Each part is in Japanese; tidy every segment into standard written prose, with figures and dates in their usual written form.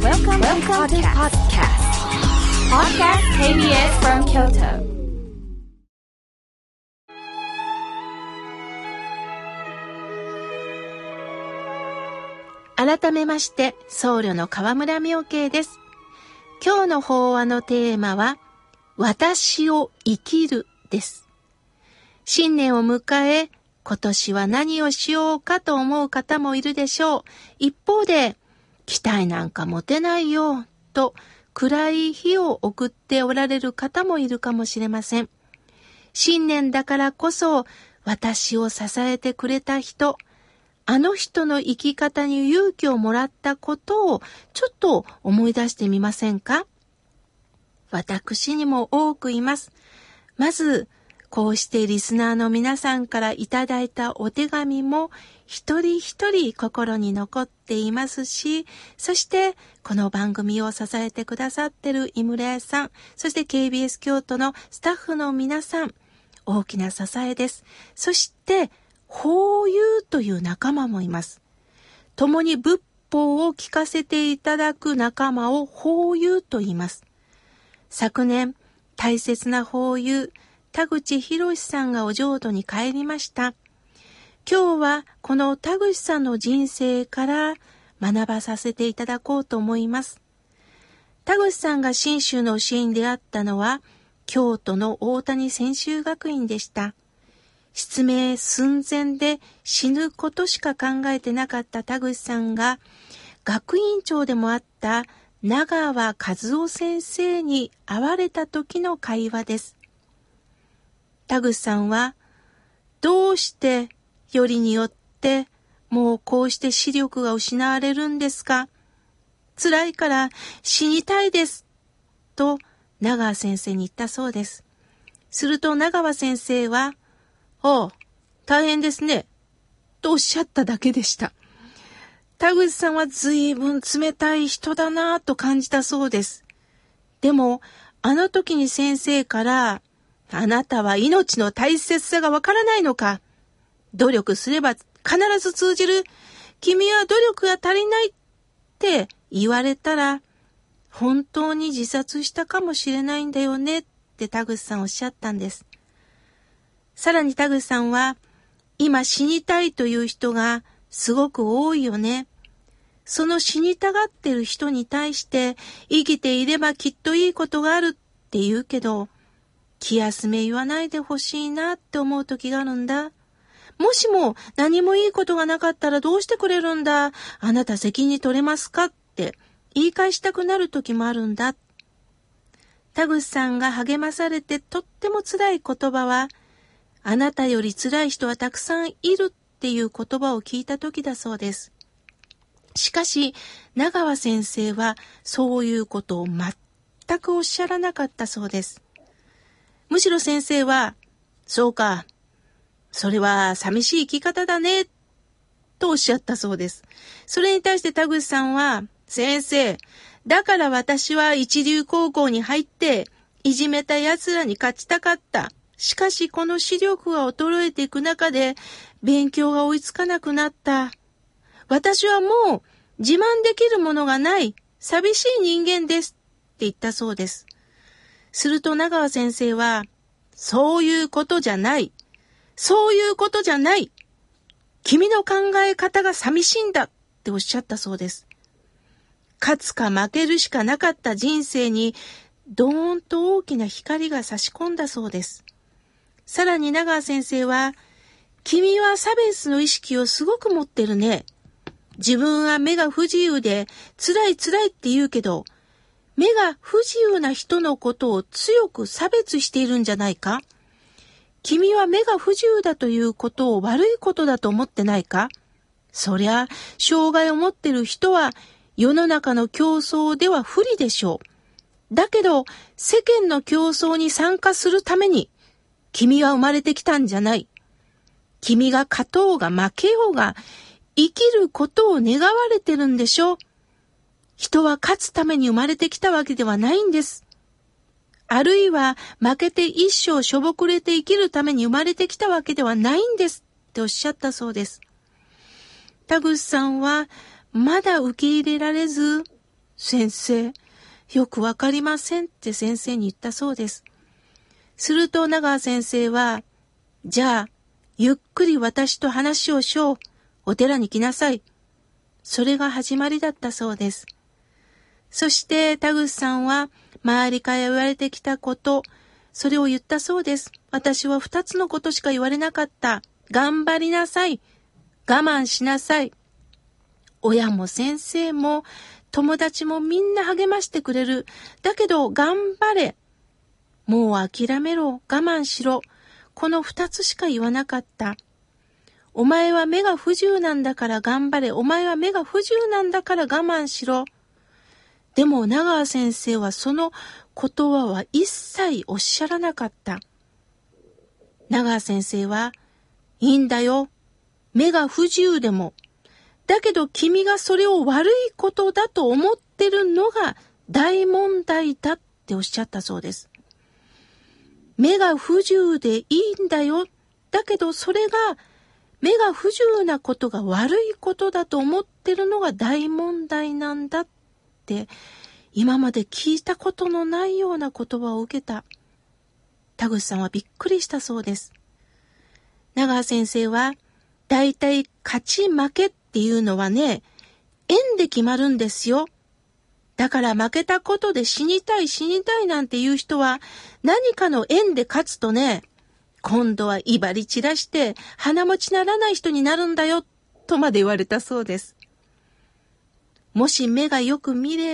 Welcome to podcast. Podcast KBS from Kyoto. 改めまして、僧侶の河村妙慶です。今日の法話のテーマは、私を生きるです。新年を迎え、今年は何をしようかと思う方もいるでしょう。一方で、期待なんか持てないよ、と暗い日を送っておられる方もいるかもしれません。新年だからこそ、私を支えてくれた人、あの人の生き方に勇気をもらったことをちょっと思い出してみませんか？私にも多くいます。まず、こうしてリスナーの皆さんからいただいたお手紙も一人一人心に残っていますし、そしてこの番組を支えてくださっている井村屋さん、そして KBS 京都のスタッフの皆さん、大きな支えです。そして、法友という仲間もいます。共に仏法を聞かせていただく仲間を法友と言います。昨年、大切な法友、田口博さんがお浄土に帰りました。今日はこの田口さんの人生から学ばさせていただこうと思います。田口さんが信州の教えに出会ったのは、京都の大谷専修学院でした。失明寸前で死ぬことしか考えてなかった田口さんが、学院長でもあった長和和夫先生に会われた時の会話です。田口さんは、どうしてよりによってもうこうして視力が失われるんですか？辛いから死にたいです。と長和先生に言ったそうです。すると長和先生は、おう、大変ですね。とおっしゃっただけでした。田口さんは随分冷たい人だなぁと感じたそうです。でも、あの時に先生から、あなたは命の大切さがわからないのか。努力すれば必ず通じる。君は努力が足りないって言われたら、本当に自殺したかもしれないんだよねって田口さんおっしゃったんです。さらに田口さんは、今死にたいという人がすごく多いよね。その死にたがってる人に対して生きていればきっといいことがあるって言うけど、気休め言わないでほしいなって思う時があるんだ。もしも何もいいことがなかったらどうしてくれるんだ。あなた責任取れますかって言い返したくなる時もあるんだ。田口さんが励まされてとっても辛い言葉は、あなたより辛い人はたくさんいるっていう言葉を聞いた時だそうです。しかし、長和先生はそういうことを全くおっしゃらなかったそうです。むしろ先生は、そうか、それは寂しい生き方だね、とおっしゃったそうです。それに対して田口さんは、先生、だから私は一流高校に入って、いじめた奴らに勝ちたかった。しかしこの視力が衰えていく中で勉強が追いつかなくなった。私はもう自慢できるものがない寂しい人間ですって言ったそうです。すると長和先生は、そういうことじゃない。そういうことじゃない。君の考え方が寂しいんだっておっしゃったそうです。勝つか負けるしかなかった人生にドーンと大きな光が差し込んだそうです。さらに長和先生は、君は差別の意識をすごく持ってるね。自分は目が不自由で辛いって言うけど、目が不自由な人のことを強く差別しているんじゃないか？君は目が不自由だということを悪いことだと思ってないか？そりゃ、障害を持っている人は世の中の競争では不利でしょう。だけど、世間の競争に参加するために、君は生まれてきたんじゃない。君が勝とうが負けようが、生きることを願われてるんでしょ。人は勝つために生まれてきたわけではないんです。あるいは負けて一生しょぼくれて生きるために生まれてきたわけではないんですっておっしゃったそうです。田口さんはまだ受け入れられず、 先生、よくわかりませんって先生に言ったそうです。すると長川先生は、じゃあ、ゆっくり私と話をしよう。お寺に来なさい。それが始まりだったそうです。そして田口さんは周りから言われてきたこと、それを言ったそうです。私は2つのことしか言われなかった。頑張りなさい。我慢しなさい。親も先生も友達もみんな励ましてくれる。だけど頑張れ。もう諦めろ。我慢しろ。この2つしか言わなかった。お前は目が不自由なんだから頑張れ。お前は目が不自由なんだから我慢しろ。でも長川先生はその言葉は一切おっしゃらなかった。長川先生は、いいんだよ。目が不自由でも。だけど君がそれを悪いことだと思ってるのが大問題だっておっしゃったそうです。目が不自由でいいんだよ。だけどそれが目が不自由なことが悪いことだと思ってるのが大問題なんだって今まで聞いたことのないような言葉を受けた。田口さんはびっくりしたそうです。長川先生はだいたい勝ち負けっていうのはね、縁で決まるんですよ。だから負けたことで死にたいなんていう人は何かの縁で勝つとね、今度は威張り散らして鼻持ちならない人になるんだよとまで言われたそうです。もし目がよく見え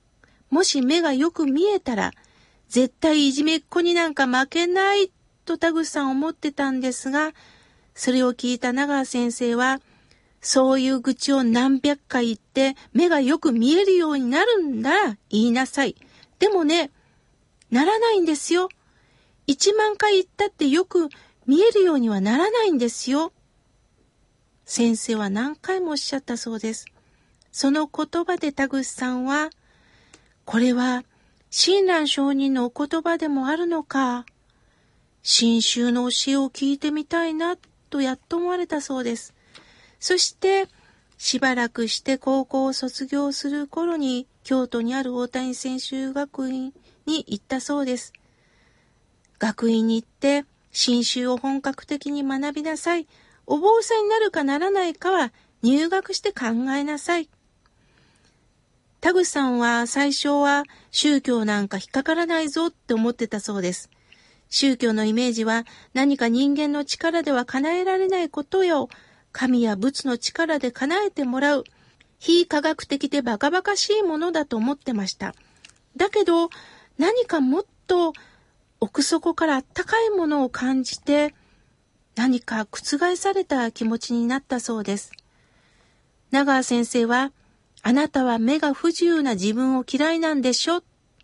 たら絶対いじめっ子になんか負けないと田口さん思ってたんですが、それを聞いた長川先生は、そういう愚痴を何百回言って目がよく見えるようになるんだ、言いなさい。でもね、ならないんですよ。1万回言ったってよく見えるようにはならないんですよ。先生は何回もおっしゃったそうです。その言葉で田口さんは、これは親鸞上人のお言葉でもあるのか、真宗の教えを聞いてみたいなとやっと思われたそうです。そしてしばらくして高校を卒業する頃に京都にある大谷専修学院に行ったそうです。学院に行って真宗を本格的に学びなさい。お坊さんになるかならないかは入学して考えなさい。田口さんは最初は宗教なんか引っかからないぞって思ってたそうです。宗教のイメージは何か人間の力では叶えられないことよ。神や仏の力で叶えてもらう。非科学的でバカバカしいものだと思ってました。だけど何かもっと奥底からあったかいものを感じて、何か覆された気持ちになったそうです。長川先生は、あなたは目が不自由な自分を嫌いなんでしょ。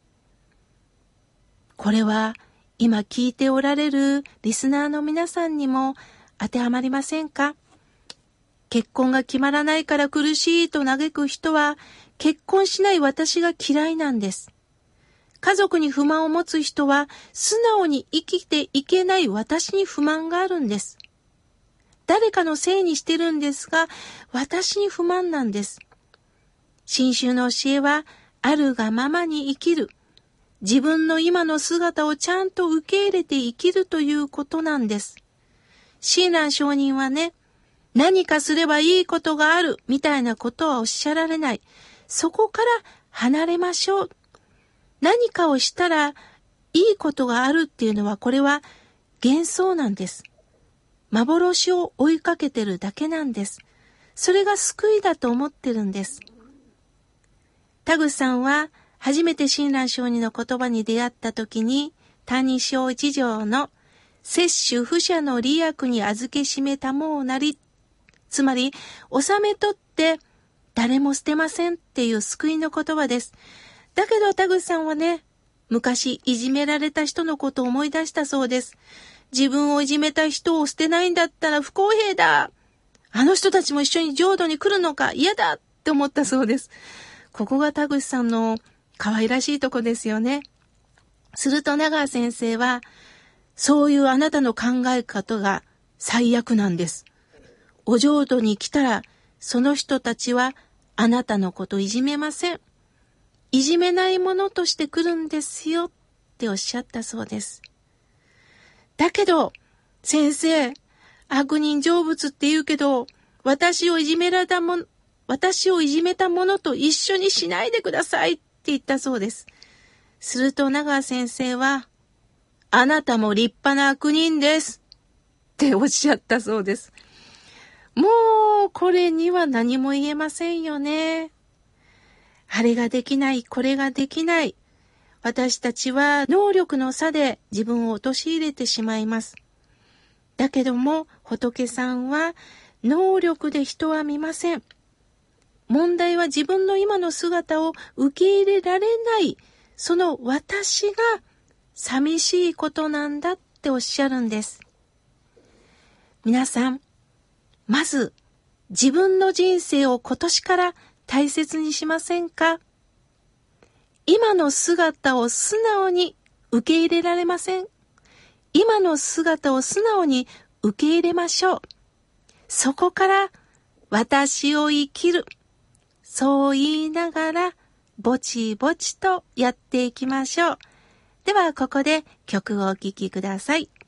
これは今聞いておられるリスナーの皆さんにも当てはまりませんか？結婚が決まらないから苦しいと嘆く人は、結婚しない私が嫌いなんです。家族に不満を持つ人は、素直に生きていけない私に不満があるんです。誰かのせいにしてるんですが、私に不満なんです。真宗の教えは、あるがままに生きる。自分の今の姿をちゃんと受け入れて生きるということなんです。親鸞上人はね、何かすればいいことがあるみたいなことはおっしゃられない。そこから離れましょう。何かをしたらいいことがあるっていうのは、これは幻想なんです。幻を追いかけてるだけなんです。それが救いだと思ってるんです。田口さんは初めて親鸞上人の言葉に出会った時に、歎異抄一条の摂取不捨の利益に預けしめたもうなり、つまり納めとって誰も捨てませんっていう救いの言葉です。だけど田口さんはね、昔いじめられた人のことを思い出したそうです。自分をいじめた人を捨てないんだったら不公平だ。あの人たちも一緒に浄土に来るのか嫌だって思ったそうです。ここが田口さんの可愛らしいとこですよね。すると長川先生は、そういうあなたの考え方が最悪なんです。お浄土に来たら、その人たちはあなたのこといじめません。 いじめないものとして来るんですよっておっしゃったそうです。だけど、先生、悪人成仏って言うけど、私をいじめたものと一緒にしないでくださいって言ったそうです。すると長谷先生は、あなたも立派な悪人ですっておっしゃったそうです。もうこれには何も言えませんよね。あれができない、これができない。私たちは能力の差で自分を陥れてしまいます。だけども仏さんは能力で人は見ません。問題は自分の今の姿を受け入れられない、その私が寂しいことなんだっておっしゃるんです。皆さん、まず自分の人生を今年から大切にしませんか？今の姿を素直に受け入れられません？今の姿を素直に受け入れましょう。そこから私を生きる。そう言いながらぼちぼちとやっていきましょう。ではここで曲をお聴きください。